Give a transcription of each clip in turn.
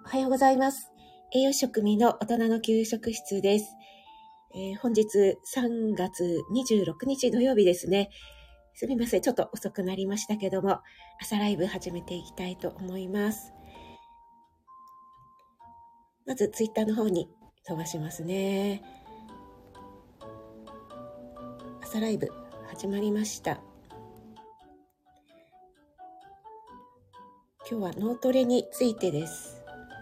おはようございます。栄養食味の大人の給食室です。本日3月26日土曜日ですね。すみません、ちょっと遅くなりましたけども、朝ライブ始めていきたいと思います。まずツイッターの方に飛ばしますね。朝ライブ始まりました。今日は脳トレについてです。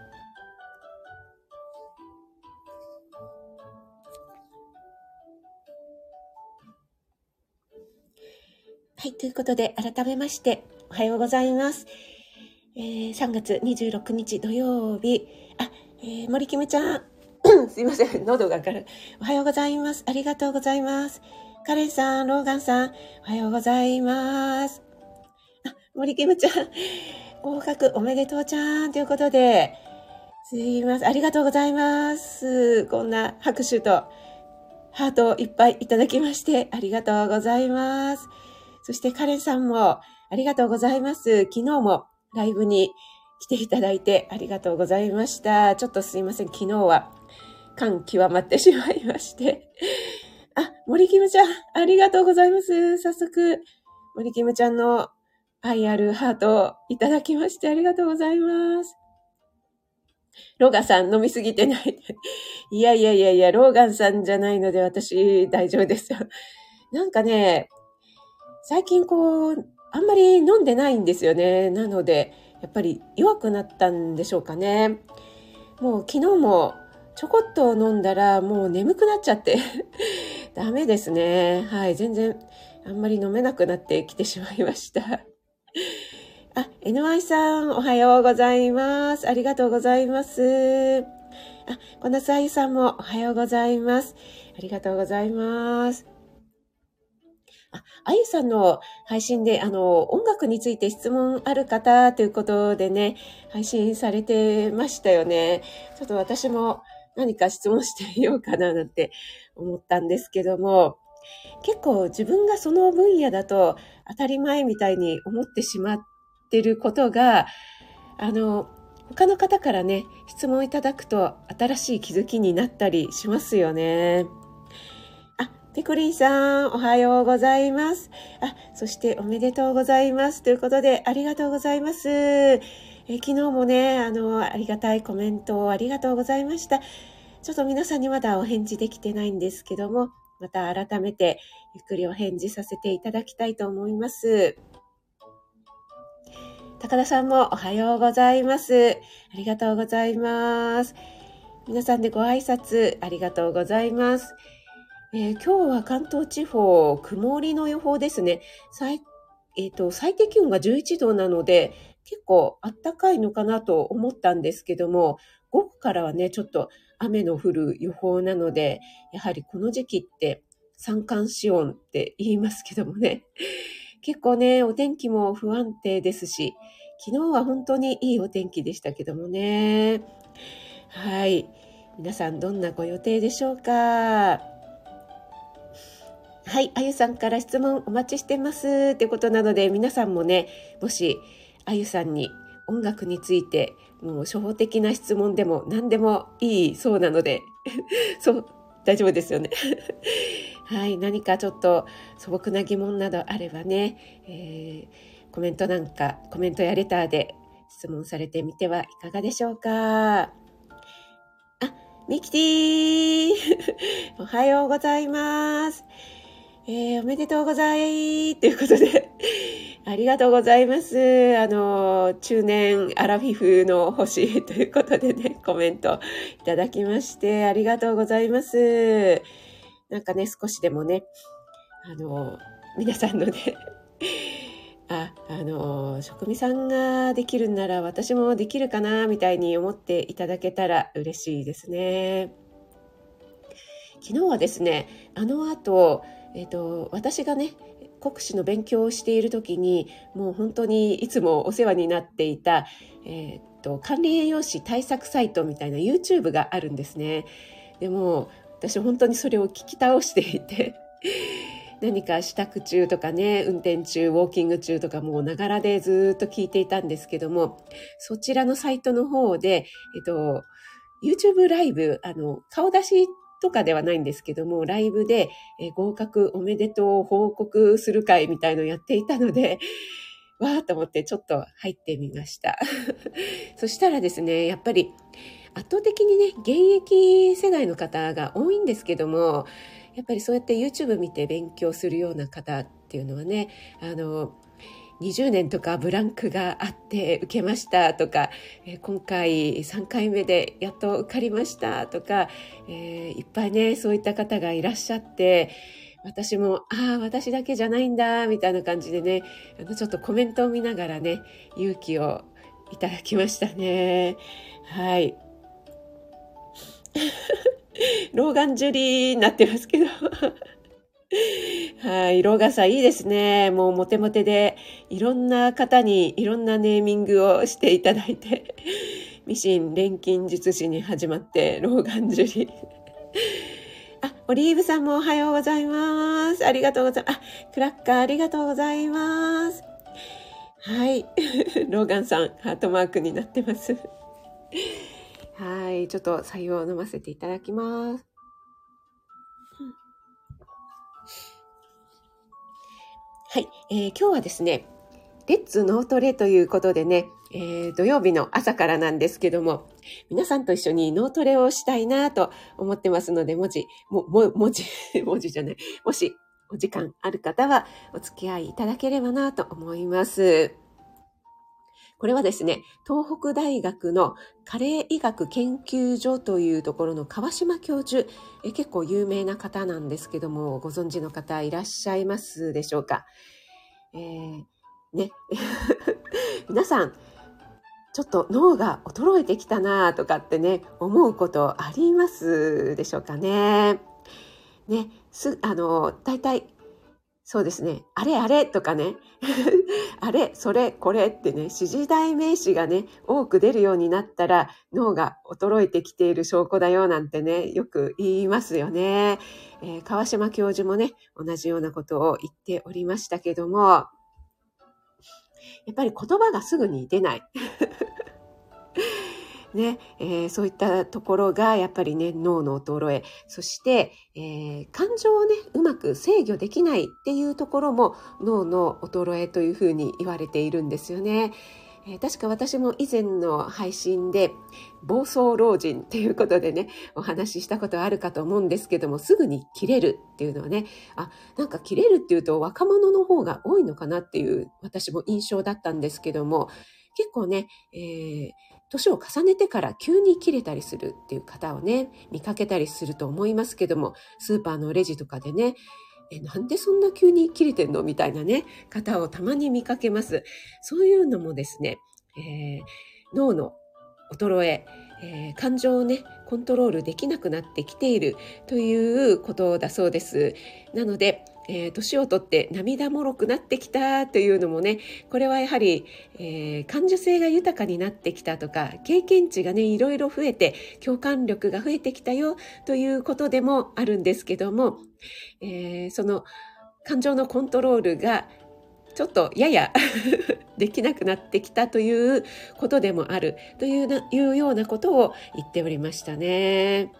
はい、ということで改めましておはようございます。3月26日土曜日、森キムちゃんすいません、喉がからおはようございます。ありがとうございます。カレンさん、ローガンさん、おはようございます。森キムちゃん、合格おめでとうちゃんということで、すいません、ありがとうございます。こんな拍手とハートをいっぱいいただきましてありがとうございます。そしてカレンさんもありがとうございます。昨日もライブに来ていただいてありがとうございました。ちょっとすいません。昨日は感極まってしまいまして。森キムちゃん、ありがとうございます。早速、森キムちゃんの愛あるハートをいただきましてありがとうございます。ローガンさん飲みすぎてない。いや、ローガンさんじゃないので私大丈夫ですよ。なんかね、最近あんまり飲んでないんですよね。なので、やっぱり弱くなったんでしょうかね。もう昨日もちょこっと飲んだらもう眠くなっちゃって。ダメですね。はい、全然あんまり飲めなくなってきてしまいました。NY さん、おはようございます。ありがとうございます。小夏あゆさんもおはようございます。ありがとうございます。あゆさんの配信で、音楽について質問ある方ということでね、配信されてましたよね。ちょっと私も何か質問してみようかななんて思ったんですけども、結構自分がその分野だと当たり前みたいに思ってしまってることが、他の方からね、質問いただくと新しい気づきになったりしますよね。ペコリンさん、おはようございます。そしておめでとうございます。ということで、ありがとうございます。昨日もね、ありがたいコメントをありがとうございました。ちょっと皆さんにまだお返事できてないんですけども、また改めてゆっくりお返事させていただきたいと思います。高田さんもおはようございます。ありがとうございます。皆さんでご挨拶ありがとうございます。今日は関東地方、曇りの予報ですね。最低気温が11度なので、結構暖かいのかなと思ったんですけども、午後からはね、ちょっと雨の降る予報なので、やはりこの時期って三寒四温って言いますけどもね、結構ね、お天気も不安定ですし、昨日は本当にいいお天気でしたけどもね。はい。皆さんどんなご予定でしょうか？はい、あゆさんから質問お待ちしてますってことなので、皆さんもね、もしあゆさんに音楽についてもう初歩的な質問でも何でもいいそうなのでそう大丈夫ですよねはい、何かちょっと素朴な疑問などあればね、コメントやレターで質問されてみてはいかがでしょうか。ミキティおはようございます。おめでとうございということでありがとうございます。中年アラフィフの星ということでね、コメントいただきましてありがとうございます。なんかね、少しでもね、皆さんのね職味さんができるんなら私もできるかなみたいに思っていただけたら嬉しいですね。昨日はですね、後私がね、国試の勉強をしている時に、もう本当にいつもお世話になっていた、管理栄養士対策サイトみたいな YouTube があるんですね。でも、私本当にそれを聞き倒していて、 何か支度中とかね、運転中、ウォーキング中とかもうながらでずっと聞いていたんですけども、そちらのサイトの方で、YouTube ライブ、顔出しとかではないんですけども、ライブで、合格おめでとう報告する会みたいのをやっていたので、わーと思ってちょっと入ってみました。そしたらですね、やっぱり圧倒的にね、現役世代の方が多いんですけども、やっぱりそうやって YouTube 見て勉強するような方っていうのはね、20年とかブランクがあって受けましたとか、今回3回目でやっと受かりましたとか、いっぱいね、そういった方がいらっしゃって、私も、私だけじゃないんだ、みたいな感じでね、ちょっとコメントを見ながらね、勇気をいただきましたね。はい。老眼ジュリーになってますけど。はい、色傘いいですね。もうモテモテで、いろんな方にいろんなネーミングをしていただいて、ミシン錬金術師に始まって、老眼ジュリー。オリーブさんもおはようございます。ありがとうございます。クラッカーありがとうございます。はい。ローガンさん、ハートマークになってます。はい。ちょっと採用を飲ませていただきます。はい。今日はですね、レッツ脳トレということでね、土曜日の朝からなんですけども、皆さんと一緒に脳トレをしたいなと思ってますので、文字じゃない。もしお時間ある方はお付き合いいただければなと思います。これはですね、東北大学の加齢医学研究所というところの川島教授、結構有名な方なんですけども、ご存知の方いらっしゃいますでしょうか。ね、皆さん、ちょっと脳が衰えてきたなとかってね、思うことありますでしょうかね。ね、大体、そうですね、あれあれとかね、あれ、それ、これってね、指示代名詞がね、多く出るようになったら、脳が衰えてきている証拠だよなんてね、よく言いますよね。川島教授もね、同じようなことを言っておりましたけども、やっぱり言葉がすぐに出ない。ね、そういったところがやっぱりね、脳の衰え、そして、感情をね、うまく制御できないっていうところも脳の衰えというふうに言われているんですよね。確か私も以前の配信で暴走老人っていうことでね、お話ししたことあるかと思うんですけども、すぐに切れるっていうのはね、なんか切れるっていうと若者の方が多いのかなっていう私も印象だったんですけども、結構ね、年を重ねてから急に切れたりするっていう方をね、見かけたりすると思いますけども、スーパーのレジとかでね、なんでそんな急に切れてんのみたいなね、方をたまに見かけます。そういうのもですね、脳の衰え、感情をね、コントロールできなくなってきているということだそうです。なので、年をとって涙もろくなってきたというのもね、これはやはり、感受性が豊かになってきたとか、経験値がね、いろいろ増えて、共感力が増えてきたよということでもあるんですけども、その感情のコントロールがちょっとややできなくなってきたということでもあるというようなことを言っておりましたね。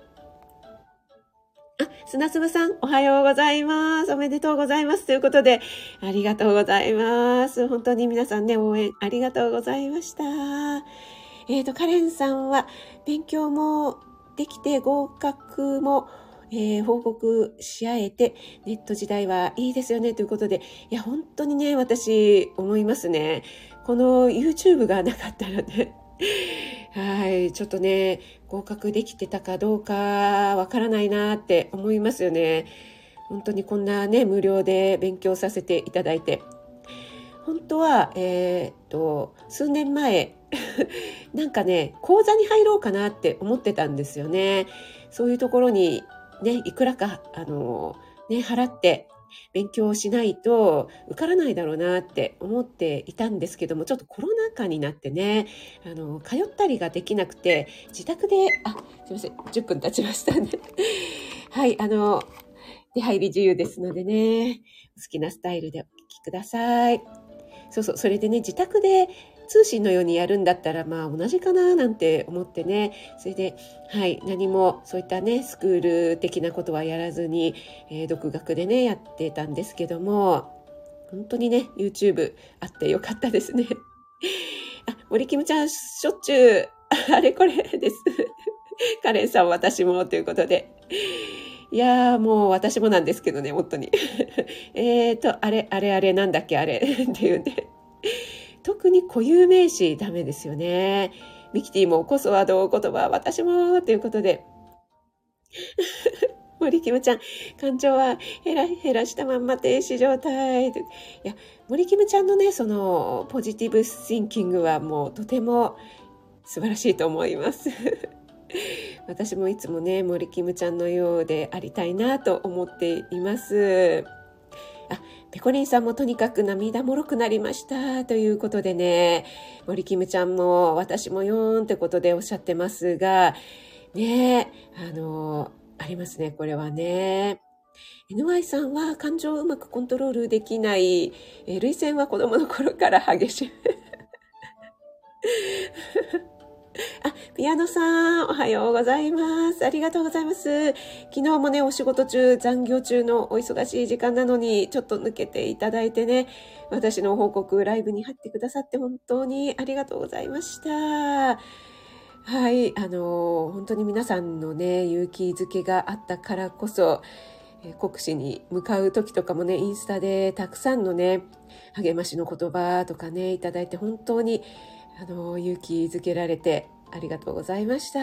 砂粒さん、おはようございます。おめでとうございます。ということで、ありがとうございます。本当に皆さんね、応援ありがとうございました。カレンさんは、勉強もできて合格も、報告し合えて、ネット時代はいいですよね、ということで、いや、本当にね、私、思いますね。この YouTube がなかったらね、はい、ちょっとね、合格できてたかどうかわからないなって思いますよね。本当にこんなね、無料で勉強させていただいて。本当は、数年前、なんかね、講座に入ろうかなって思ってたんですよね。そういうところにね、いくらか、払って勉強しないと受からないだろうなって思っていたんですけども、ちょっとコロナ禍になってね、通ったりができなくて、自宅で、すいません、10分経ちましたね。はい、 出入り自由ですのでね、お好きなスタイルでお聞きください。そうそう、それでね、自宅で通信のようにやるんだったら、まあ同じかななんて思ってね、それで、はい、何もそういったね、スクール的なことはやらずに、独学でね、やってたんですけども、本当にね、YouTube あってよかったですね。あ、森キムちゃん、しょっちゅう、あれこれです。カレンさん、私もということで。いやー、もう私もなんですけどね、本当に。あれ、なんだっけ、あれっていうんで。特に固有名詞ダメですよね。ミキティもこそはどう言葉、私もということで。森キムちゃん、感情はヘラしたまんま停止状態。いや、森キムちゃんのね、そのポジティブシンキングはもうとても素晴らしいと思います。私もいつもね、森キムちゃんのようでありたいなと思っています。あ、ペコリンさんもとにかく涙もろくなりましたということでね、森キムちゃんも私もよーんってことでおっしゃってますが、ね、ありますね、これはね。NY さんは感情をうまくコントロールできない、涙腺は子供の頃から激しい。あ、ピアノさん、おはようございます。ありがとうございます。昨日もね、お仕事中、残業中のお忙しい時間なのに、ちょっと抜けていただいてね、私の報告、ライブに入ってくださって本当にありがとうございました。はい、本当に皆さんのね、勇気づけがあったからこそ、国試に向かう時とかもね、インスタでたくさんのね、励ましの言葉とかね、いただいて本当に勇気づけられてありがとうございました。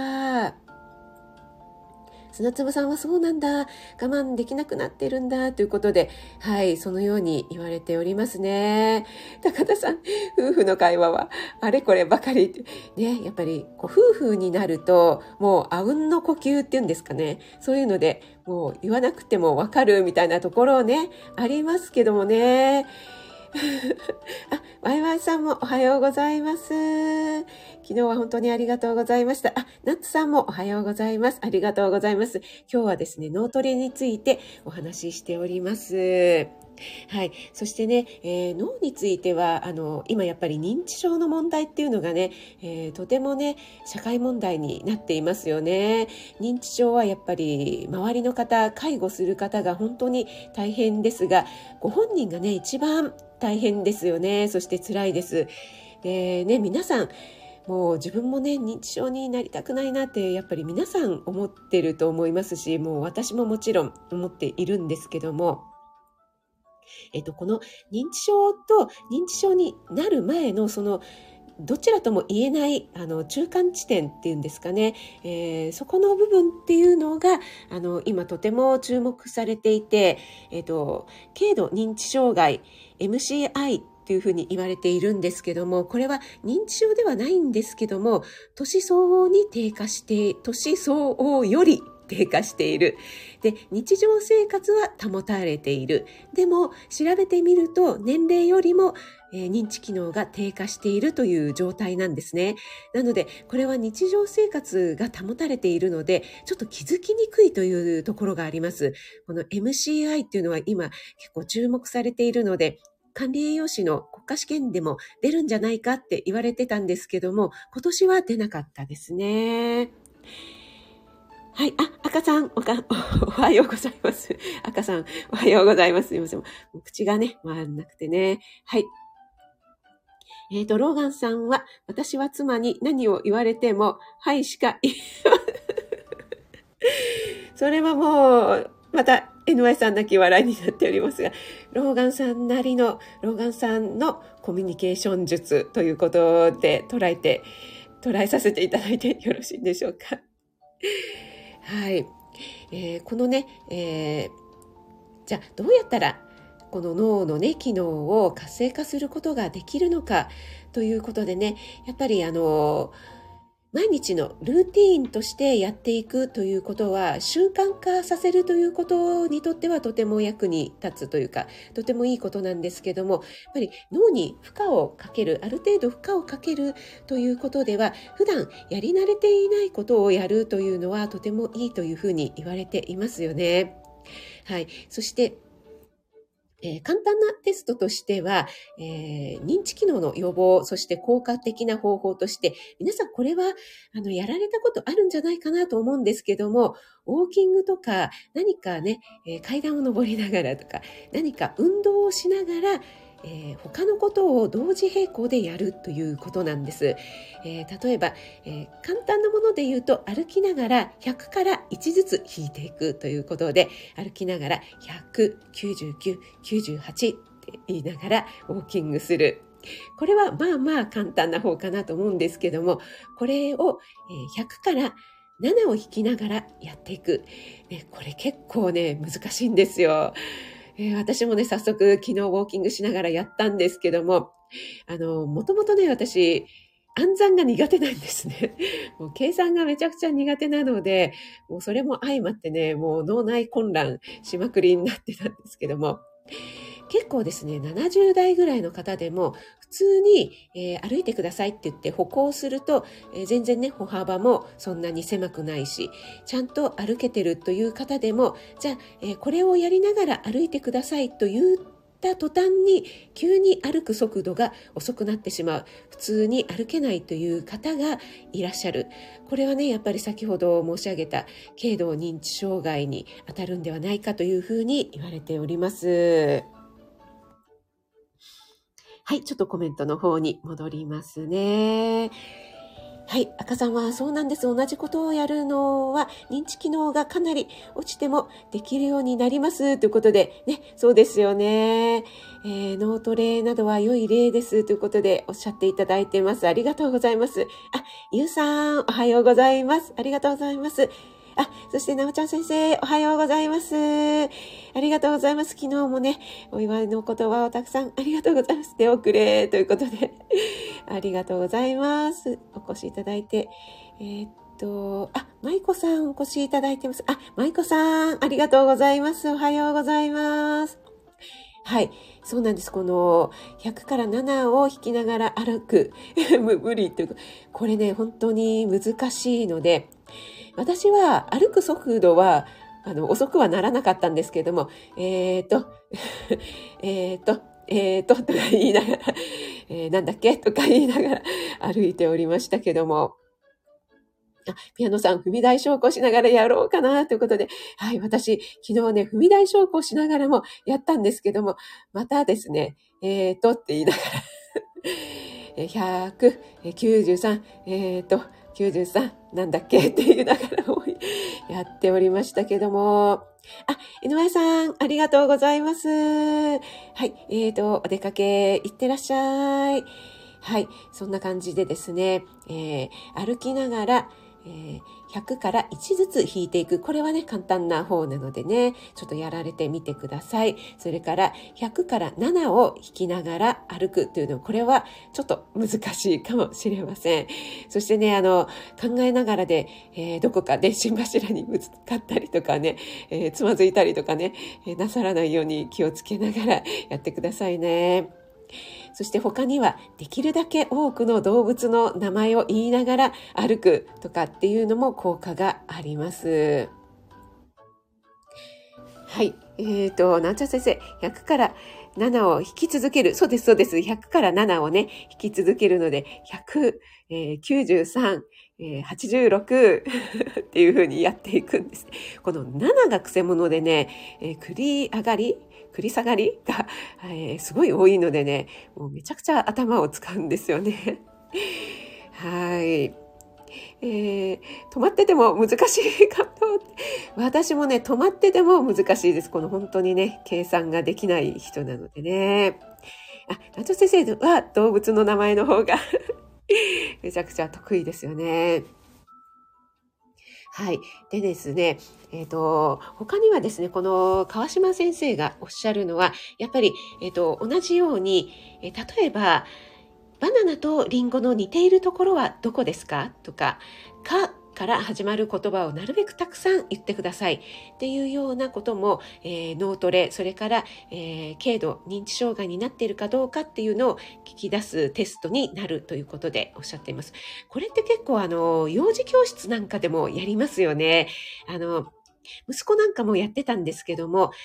砂粒さんはそうなんだ、我慢できなくなってるんだということで、はい、そのように言われておりますね。高田さん、夫婦の会話はあれこればかりね、やっぱりこう夫婦になるともうあうんの呼吸っていうんですかね、そういうのでもう言わなくてもわかるみたいなところね、ありますけどもね。あ、ワイワイさんもおはようございます。昨日は本当にありがとうございました。あ、ナッツさんもおはようございます。ありがとうございます。今日はですね、脳トレについてお話ししております。はい。そしてね、脳については、今やっぱり認知症の問題っていうのがね、とてもね、社会問題になっていますよね。認知症はやっぱり周りの方、介護する方が本当に大変ですが、ご本人がね、一番大変ですよね。そして辛いです。でね、皆さん、もう自分もね、認知症になりたくないなって、やっぱり皆さん思ってると思いますし、もう私ももちろん思っているんですけども、この認知症と認知症になる前のそのどちらとも言えない中間地点っていうんですかね、そこの部分っていうのが今とても注目されていて、軽度認知障害 MCI っていうふうに言われているんですけども、これは認知症ではないんですけども、年相応に低下して、年相応より低下している。で、日常生活は保たれている。でも、調べてみると、年齢よりも、認知機能が低下しているという状態なんですね。なので、これは日常生活が保たれているので、ちょっと気づきにくいというところがあります。この MCI っていうのは今結構注目されているので、管理栄養士の国家試験でも出るんじゃないかって言われてたんですけども、今年は出なかったですね。はい。あ、赤さん、おはようございます。赤さん、おはようございます。すいません。口がね、回らなくてね。はい。ローガンさんは、私は妻に何を言われても、はいしか言いそれはもう、また NY さん泣き笑いになっておりますが、ローガンさんなりの、ローガンさんのコミュニケーション術ということで捉えさせていただいてよろしいでしょうか。はい。このね、じゃあどうやったらこの脳のね、機能を活性化することができるのかということでね、やっぱり毎日のルーティーンとしてやっていくということは習慣化させるということにとってはとても役に立つというか、とてもいいことなんですけども、やっぱり脳に負荷をかける、ある程度負荷をかけるということでは、普段やり慣れていないことをやるというのはとてもいいというふうに言われていますよね。 はい。そして、簡単なテストとしては、認知機能の予防、そして効果的な方法として、皆さんこれは、やられたことあるんじゃないかなと思うんですけども、ウォーキングとか、何かね、階段を登りながらとか、何か運動をしながら、他のことを同時並行でやるということなんです。例えば、簡単なもので言うと歩きながら100から1ずつ引いていくということで、歩きながら100、99、98って言いながらウォーキングする。これはまあまあ簡単な方かなと思うんですけども、これを100から7を引きながらやっていく。これ結構ね、難しいんですよ。私もね、早速昨日ウォーキングしながらやったんですけども、もともとね、私、暗算が苦手なんですね。もう計算がめちゃくちゃ苦手なので、もうそれも相まってね、もう脳内混乱しまくりになってたんですけども、結構ですね、70代ぐらいの方でも普通に、歩いてくださいって言って歩行すると、全然ね、歩幅もそんなに狭くないし、ちゃんと歩けてるという方でも、じゃあ、これをやりながら歩いてくださいと言った途端に急に歩く速度が遅くなってしまう、普通に歩けないという方がいらっしゃる。これはね、やっぱり先ほど申し上げた軽度認知障害に当たるんではないかというふうに言われております。はい、ちょっとコメントの方に戻りますね。はい、赤さんはそうなんです。同じことをやるのは認知機能がかなり落ちてもできるようになりますということで、ね、そうですよね。脳トレなどは良い例ですということでおっしゃっていただいています。ありがとうございます。あ、ゆうさん、おはようございます。ありがとうございます。あ、そしてなおちゃん先生、おはようございます。ありがとうございます。昨日もね、お祝いの言葉をたくさんありがとうございます。手遅れということで、ありがとうございます。お越しいただいて。舞子さんお越しいただいてます。あ、舞子さん、ありがとうございます。おはようございます。はい。そうなんです。この100から7を引きながら歩く。無理っていうか、これね、本当に難しいので、私は歩く速度は、遅くはならなかったんですけれども、とか言いながら、なんだっけとか言いながら歩いておりましたけども、ピアノさん、踏み台昇降しながらやろうかなということで、はい、私、昨日ね、踏み台昇降しながらもやったんですけども、またですね、って言いながら、100、93、93、なんだっけって言いながらやっておりましたけども、あ、井上さん、ありがとうございます。はい、お出かけ行ってらっしゃい。はい、そんな感じでですね、歩きながら、100から1ずつ引いていく。これはね、簡単な方なのでね、ちょっとやられてみてください。それから、100から7を引きながら歩くというのは、これはちょっと難しいかもしれません。そしてね、考えながらで、どこか電信柱にぶつかったりとかね、つまずいたりとかね、なさらないように気をつけながらやってくださいね。そして他にはできるだけ多くの動物の名前を言いながら歩くとかっていうのも効果があります。はい。なんちゃん先生、100から7を引き続ける。そうです、そうです。100から7をね、引き続けるので、100、93、86っていう風にやっていくんです。この7が癖者でね、繰り下がりが、すごい多いのでね、もうめちゃくちゃ頭を使うんですよね。はい。止まってても難しいかと。私もね、止まってても難しいです。この本当にね、計算ができない人なのでね。ナチョ先生は動物の名前の方がめちゃくちゃ得意ですよね。はい。でですね、他にはですね、この川島先生がおっしゃるのは、やっぱり、同じように、例えば、バナナとリンゴの似ているところはどこですかとか、から始まる言葉をなるべくたくさん言ってくださいっていうようなことも、脳トレ、それから、軽度認知障害になっているかどうかっていうのを聞き出すテストになるということでおっしゃっています。これって結構幼児教室なんかでもやりますよね。 息子なんかもやってたんですけども、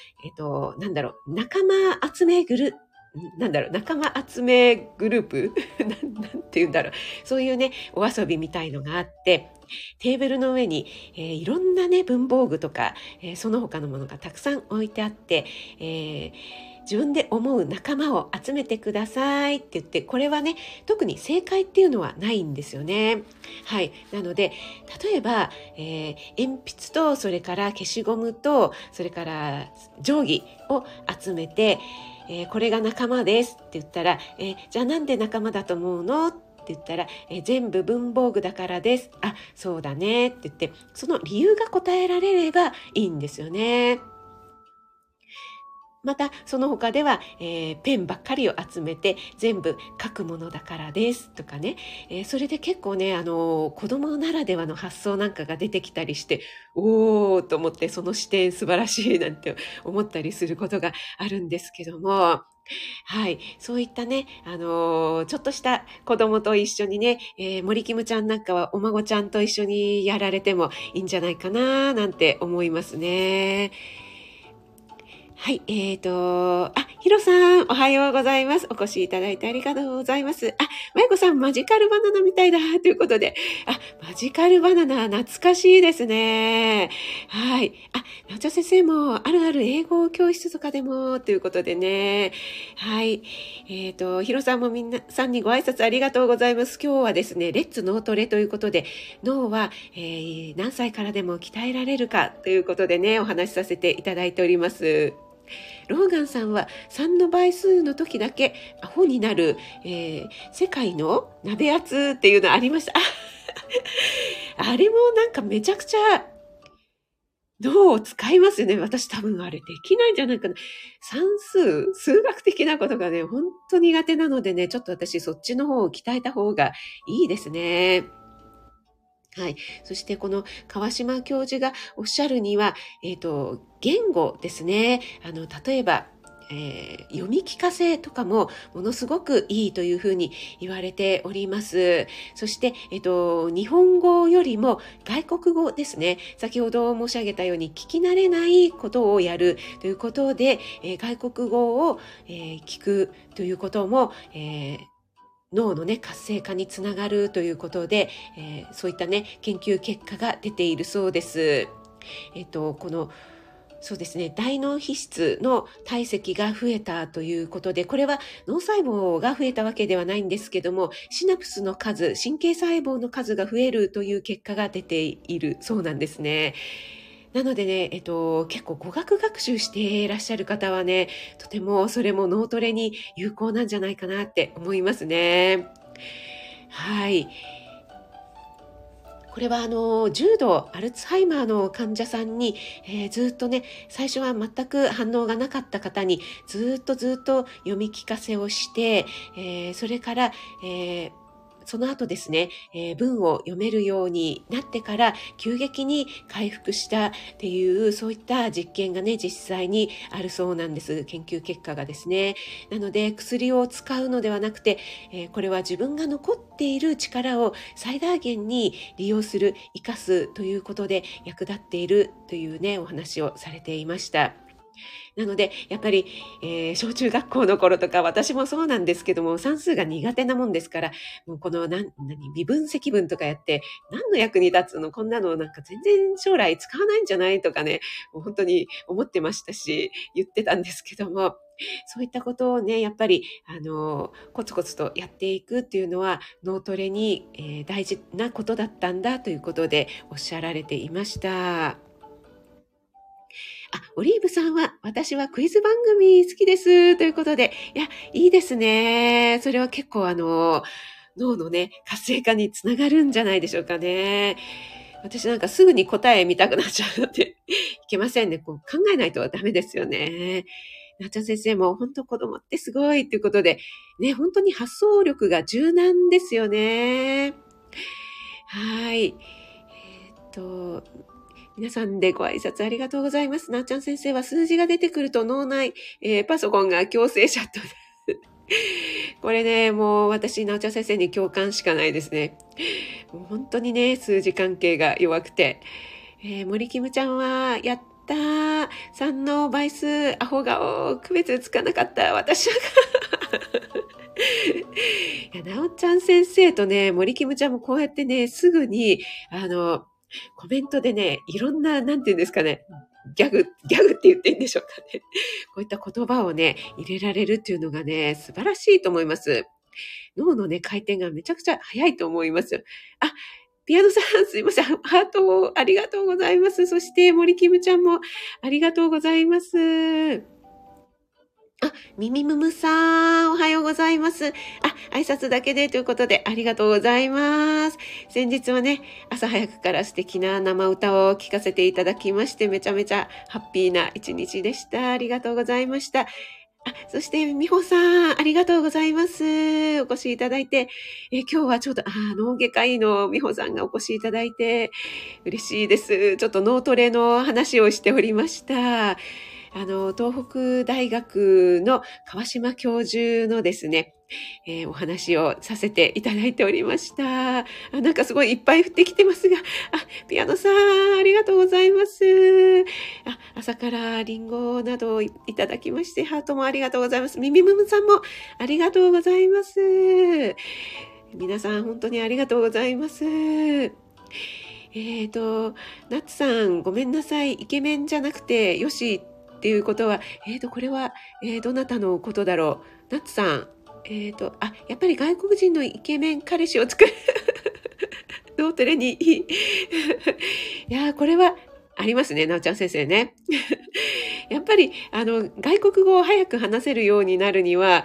仲間集めグループなんて言うんだろう。そういうね、お遊びみたいのがあって、テーブルの上に、いろんなね、文房具とか、その他のものがたくさん置いてあって、自分で思う仲間を集めてくださいって言って、これはね、特に正解っていうのはないんですよね。はい。なので、例えば、鉛筆と、それから消しゴムと、それから定規を集めて、これが仲間ですって言ったら、じゃあなんで仲間だと思うのって言ったら、全部文房具だからです。あ、そうだねって言って、その理由が答えられればいいんですよね。また、その他では、ペンばっかりを集めて全部書くものだからですとかね、それで結構ね、子供ならではの発想なんかが出てきたりして、おーと思ってその視点素晴らしいなんて思ったりすることがあるんですけども、はい。そういったね、ちょっとした子供と一緒にね、森キムちゃんなんかはお孫ちゃんと一緒にやられてもいいんじゃないかななんて思いますね。はい、ヒロさん、おはようございます。お越しいただいてありがとうございます。まゆこさん、マジカルバナナみたいだ、ということで。マジカルバナナ、懐かしいですね。はい。なおちゃん先生も、あるある英語教室とかでも、ということでね。はい。ヒロさんも皆さんにご挨拶ありがとうございます。今日はですね、レッツ脳トレということで、脳は、何歳からでも鍛えられるかということでね、お話しさせていただいております。ローガンさんは3の倍数の時だけアホになる、世界の鍋圧っていうのありました。あれもなんかめちゃくちゃ脳を使いますよね。私多分あれできないんじゃないかな。数学的なことがね、ほんと苦手なのでね、ちょっと私そっちの方を鍛えた方がいいですね。はい。そしてこの川島教授がおっしゃるには、言語ですね。例えば、読み聞かせとかもものすごくいいというふうに言われております。そして、日本語よりも外国語ですね。先ほど申し上げたように聞き慣れないことをやるということで、外国語を、聞くということも、脳のね、活性化につながるということで、そういったね、研究結果が出ているそうです。そうですね、大脳皮質の体積が増えたということで、これは脳細胞が増えたわけではないんですけども、シナプスの数、神経細胞の数が増えるという結果が出ているそうなんですね。なのでね、結構語学学習していらっしゃる方はね、とてもそれも脳トレに有効なんじゃないかなって思いますね。はい。これは重度アルツハイマーの患者さんに、ずっとね、最初は全く反応がなかった方にずっと読み聞かせをして、それから、その後ですね、文を読めるようになってから急激に回復したっていう、そういった実験がね、実際にあるそうなんです。研究結果がですね。なので、薬を使うのではなくて、これは自分が残っている力を最大限に利用する、生かすということで役立っているというね、お話をされていました。なので、やっぱり、小中学校の頃とか、私もそうなんですけども、算数が苦手なもんですから、もうこの微分積分とかやって、何の役に立つのこんなのなんか全然将来使わないんじゃないとかね、もう本当に思ってましたし、言ってたんですけども、そういったことをね、やっぱり、コツコツとやっていくっていうのは、脳トレに、大事なことだったんだということでおっしゃられていました。オリーブさんは、私はクイズ番組好きです。ということで、いいですね。それは結構脳のね、活性化につながるんじゃないでしょうかね。私なんかすぐに答え見たくなっちゃうので、いけませんね。こう考えないとダメですよね。なっちゃん先生も本当子供ってすごいということで、ね、本当に発想力が柔軟ですよね。はい。皆さんでご挨拶ありがとうございます。なっちゃん先生は数字が出てくると脳内、パソコンが強制シャット。これね、もう私、なおちゃん先生に共感しかないですね。もう本当にね、数字関係が弱くて。 森キムちゃんは、やったー。3の倍数、アホ顔、区別つかなかった。私は。いや、なおちゃん先生とね、森キムちゃんもこうやってね、すぐに、コメントでね、いろんな、なんていうんですかね、ギャグって言っていいんでしょうかね。こういった言葉をね、入れられるっていうのがね、素晴らしいと思います。脳のね、回転がめちゃくちゃ早いと思います。あ、ピアノさん、すいません。ハートをありがとうございます。そして、森キムちゃんもありがとうございます。あ、ミミムムさん、おはようございます。あ、挨拶だけでということでありがとうございます。先日はね、朝早くから素敵な生歌を聴かせていただきまして、めちゃめちゃハッピーな一日でした。ありがとうございました。あ、そして、美穂さん、ありがとうございます。お越しいただいて、今日はちょっと、脳外科医の美穂さんがお越しいただいて、嬉しいです。ちょっと脳トレの話をしておりました。東北大学の川島教授のですね、お話をさせていただいておりました。なんかすごいいっぱい降ってきてますが、ピアノさん、ありがとうございます。朝からリンゴなどをいただきまして、ハートもありがとうございます。ミミムムさんもありがとうございます。皆さん、本当にありがとうございます。ナッツさん、ごめんなさい。イケメンじゃなくて、よしっていうことは、これは、どなたのことだろう。ナッツさん、やっぱり外国人のイケメン彼氏を作る。脳トレにいい。いやー、これはありますね、なおちゃん先生ね。やっぱり、外国語を早く話せるようになるには、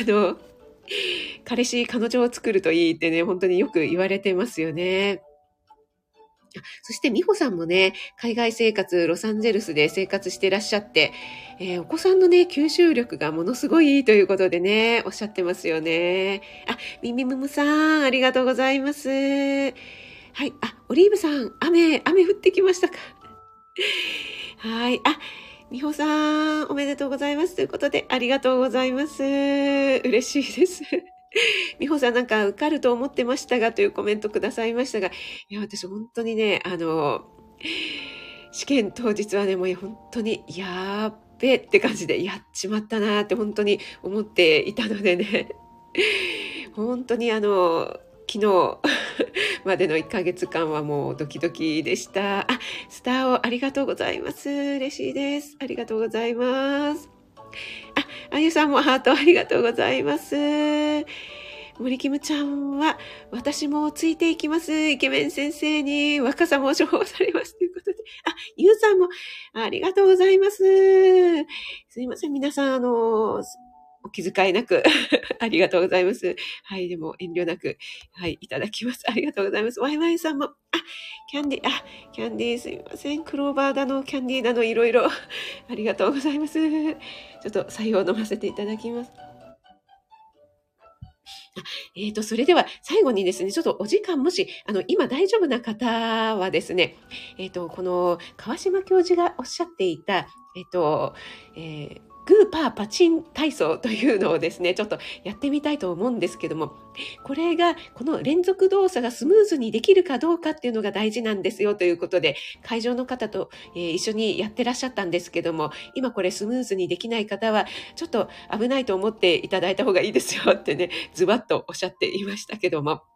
彼女を作るといいってね、本当によく言われてますよね。そして美穂さんもね、海外生活、ロサンゼルスで生活していらっしゃって、お子さんのね、吸収力がものすごいいいということでね、おっしゃってますよね。ミミムムさん、ありがとうございます。はい。オリーブさん、雨降ってきましたか？はい。美穂さん、おめでとうございます。ということで、ありがとうございます。嬉しいです。美穂さんなんか受かると思ってましたがというコメントくださいましたが、いや、私本当にね、試験当日はね、もう本当にやっべって感じでやっちまったなって本当に思っていたのでね、本当に昨日までの1ヶ月間はもうドキドキでした。スターをありがとうございます。嬉しいです。ありがとうございます。あゆさんもハートありがとうございます。森キムちゃんは、私もついていきます。イケメン先生に若さも処方されます。ということで。ゆうさんもありがとうございます。すいません。皆さん、お気遣いなくありがとうございます。はい、でも遠慮なく、はい、いただきます。ありがとうございます。ワイワイさんも、キャンディーすいません。クローバーだの、キャンディーだの、いろいろありがとうございます。ちょっと採用飲ませていただきます。それでは最後にですね、ちょっとお時間もし、今大丈夫な方はですね、この川島教授がおっしゃっていた、グーパーパチン体操というのをですね、ちょっとやってみたいと思うんですけども、これが、この連続動作がスムーズにできるかどうかっていうのが大事なんですよということで、会場の方と、一緒にやってらっしゃったんですけども、今これスムーズにできない方は、ちょっと危ないと思っていただいた方がいいですよってね、ズバッとおっしゃっていましたけども、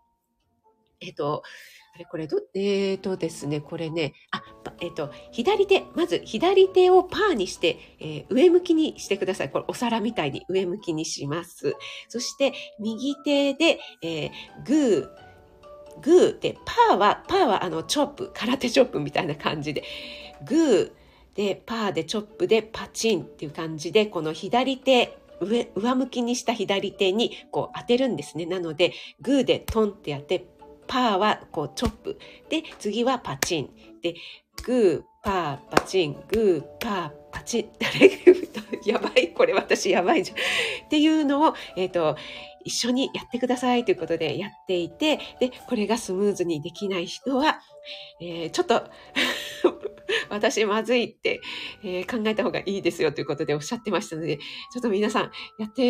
これですね、これね、まず左手をパーにして、上向きにしてください。これお皿みたいに上向きにします。そして、右手で、グーで、パーはチョップ、空手チョップみたいな感じで、グーで、パーでチョップでパチンっていう感じで、この左手、上向きにした左手にこう当てるんですね。なので、グーでトンってやって、パーはこうチョップ。で、次はパチン。で、グー、パー、パチン、グー、パー、パチン。やばい、これ私やばいじゃん。っていうのを、一緒にやってくださいということでやっていて、で、これがスムーズにできない人は、ちょっと私まずいって、考えた方がいいですよということでおっしゃってましたので、ちょっと皆さんやって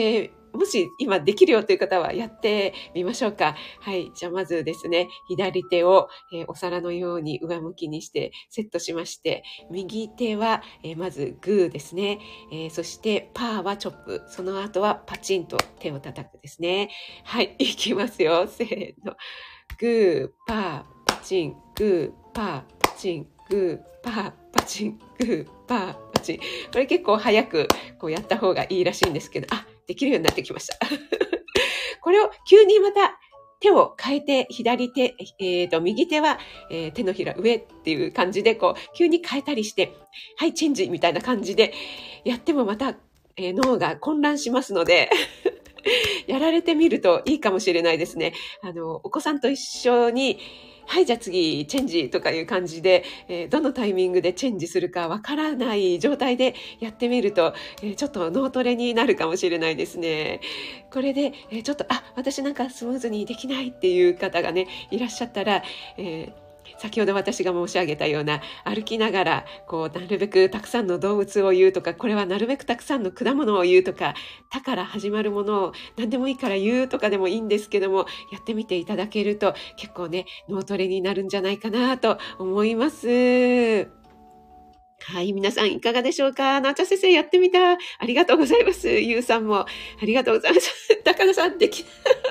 もし今できるよという方はやってみましょうか。はい。じゃあまずですね、左手を、お皿のように上向きにしてセットしまして、右手は、まずグーですね。そしてパーはチョップ。その後はパチンと手を叩くですね。はい。いきますよ。せーの。グー、パー、パチン、グー、パー、パチン、グー、パー、パチン、グー、パー、パチン。これ結構早くこうやった方がいいらしいんですけど、できるようになってきました。これを急にまた手を変えて、左手、右手は、手のひら上っていう感じで、こう、急に変えたりして、はい、チェンジみたいな感じでやってもまた、脳が混乱しますので、やられてみるといいかもしれないですね。お子さんと一緒に、はい、じゃあ次、チェンジとかいう感じで、どのタイミングでチェンジするかわからない状態でやってみると、ちょっと脳トレになるかもしれないですね。これで、ちょっと、私なんかスムーズにできないっていう方がね、いらっしゃったら、先ほど私が申し上げたような歩きながらこうなるべくたくさんの動物を言うとか、これはなるべくたくさんの果物を言うとか、たから始まるものを何でもいいから言うとかでもいいんですけども、やってみていただけると結構ね脳トレになるんじゃないかなと思います。はい、皆さんいかがでしょうか。なおちゃん先生やってみた。ありがとうございます。ゆうさんもありがとうございます。高田さんでき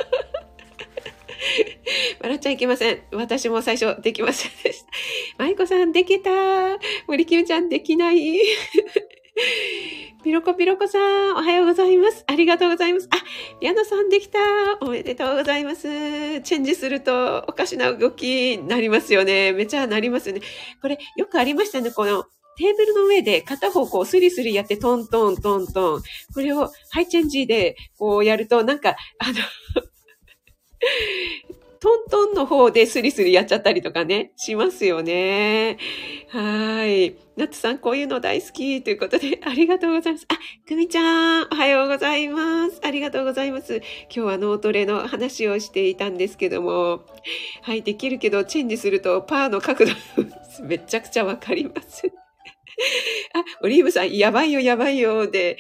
笑っちゃいけません。私も最初できませんでした。まいこさんできた。森きむちゃんできない。ピロコピロコさん、おはようございます。ありがとうございます。ピアノさんできた。おめでとうございます。チェンジするとおかしな動きになりますよね。めちゃなりますよね。これよくありましたね。このテーブルの上で片方こうスリスリやってトントントントン。これをハイチェンジでこうやるとなんかトントンの方でスリスリやっちゃったりとかね、しますよね。はい。ナッツさん、こういうの大好きということで、ありがとうございます。くみちゃん、おはようございます。ありがとうございます。今日は脳トレの話をしていたんですけども、はい、できるけど、チェンジするとパーの角度、めちゃくちゃわかります。オリーブさん、やばいよ、やばいよ、で、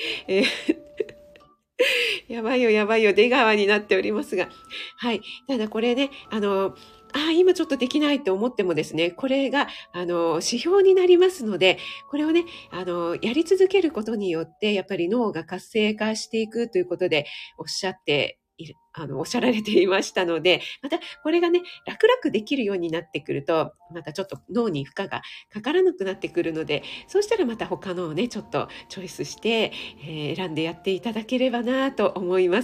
やばいよ、やばいよ、出川になっておりますが。はい。ただこれね、今ちょっとできないと思ってもですね、これが、指標になりますので、これをね、やり続けることによって、やっぱり脳が活性化していくということで、おっしゃられていましたので、またこれがね、楽々できるようになってくると、またちょっと脳に負荷がかからなくなってくるので、そうしたらまた他のをね、ちょっとチョイスして、選んでやっていただければなと思います。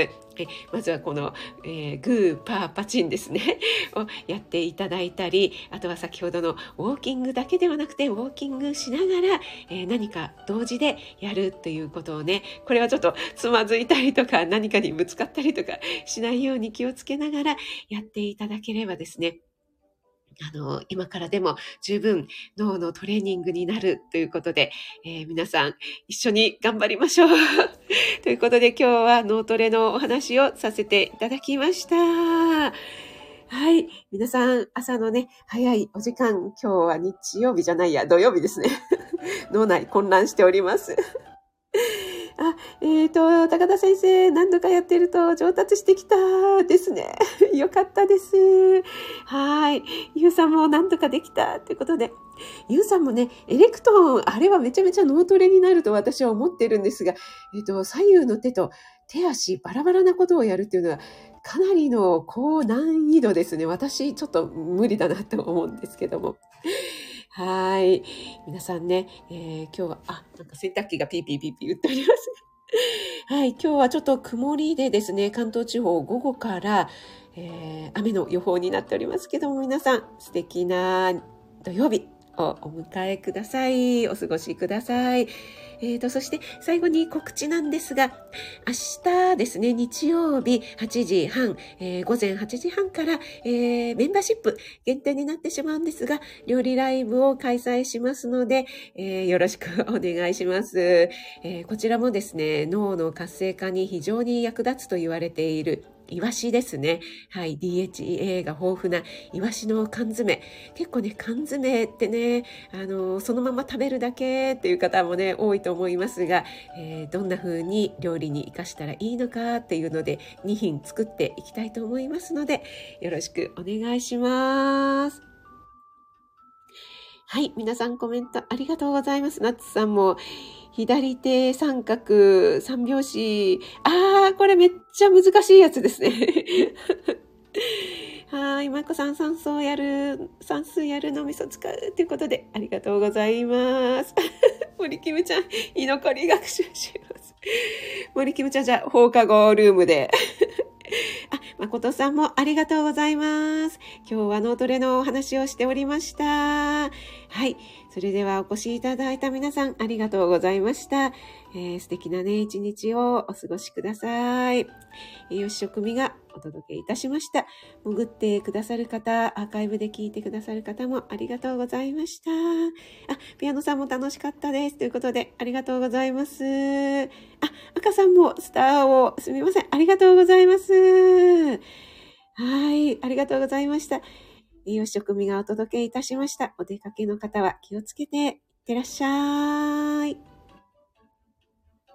まずはこの、グーパーパチンですねをやっていただいたり、あとは先ほどのウォーキングだけではなくてウォーキングしながら、何か同時でやるということをね、これはちょっとつまずいたりとか何かにぶつかったりとかしないように気をつけながらやっていただければですね、今からでも十分脳のトレーニングになるということで、皆さん一緒に頑張りましょうということで今日は脳トレのお話をさせていただきました。はい。皆さん朝のね、早いお時間、今日は日曜日じゃないや、土曜日ですね。脳内混乱しております。高田先生、何度かやってると上達してきたですね。よかったです。はい。ゆうさんも何度かできたということで、ゆうさんもね、エレクトーン、あれはめちゃめちゃ脳トレになると私は思ってるんですが、左右の手と手足バラバラなことをやるっていうのは、かなりの高難易度ですね。私、ちょっと無理だなと思うんですけども。はい。皆さんね、今日は、なんか洗濯機がピーピーピーピー言っております。はい。今日はちょっと曇りでですね、関東地方午後から、雨の予報になっておりますけども、皆さん素敵な土曜日をお迎えください。お過ごしください。そして最後に告知なんですが、明日ですね、日曜日8時半、午前8時半から、メンバーシップ限定になってしまうんですが、料理ライブを開催しますので、よろしくお願いします。こちらもですね、脳の活性化に非常に役立つと言われているイワシですね。はい。DHA が豊富なイワシの缶詰。結構ね、缶詰ってね、そのまま食べるだけっていう方もね、多いと思いますが、どんな風に料理に活かしたらいいのかっていうので、2品作っていきたいと思いますので、よろしくお願いします。はい。皆さんコメントありがとうございます。ナッツさんも、左手三角、三拍子。これめっちゃ難しいやつですね。はい。まこさん、算数やるのみそ使うということで、ありがとうございます。森キムちゃん、居残り学習します。森キムちゃん、じゃあ、放課後ルームで。誠さんもありがとうございます。今日は脳トレのお話をしておりました。はい。それではお越しいただいた皆さんありがとうございました。素敵なね、一日をお過ごしください。よし食味がお届けいたしました。潜ってくださる方、アーカイブで聞いてくださる方もありがとうございました。ピアノさんも楽しかったです。ということで、ありがとうございます。赤さんもスターを、すみません。ありがとうございます。はい。ありがとうございました。よし食味がお届けいたしました。お出かけの方は気をつけていってらっしゃい。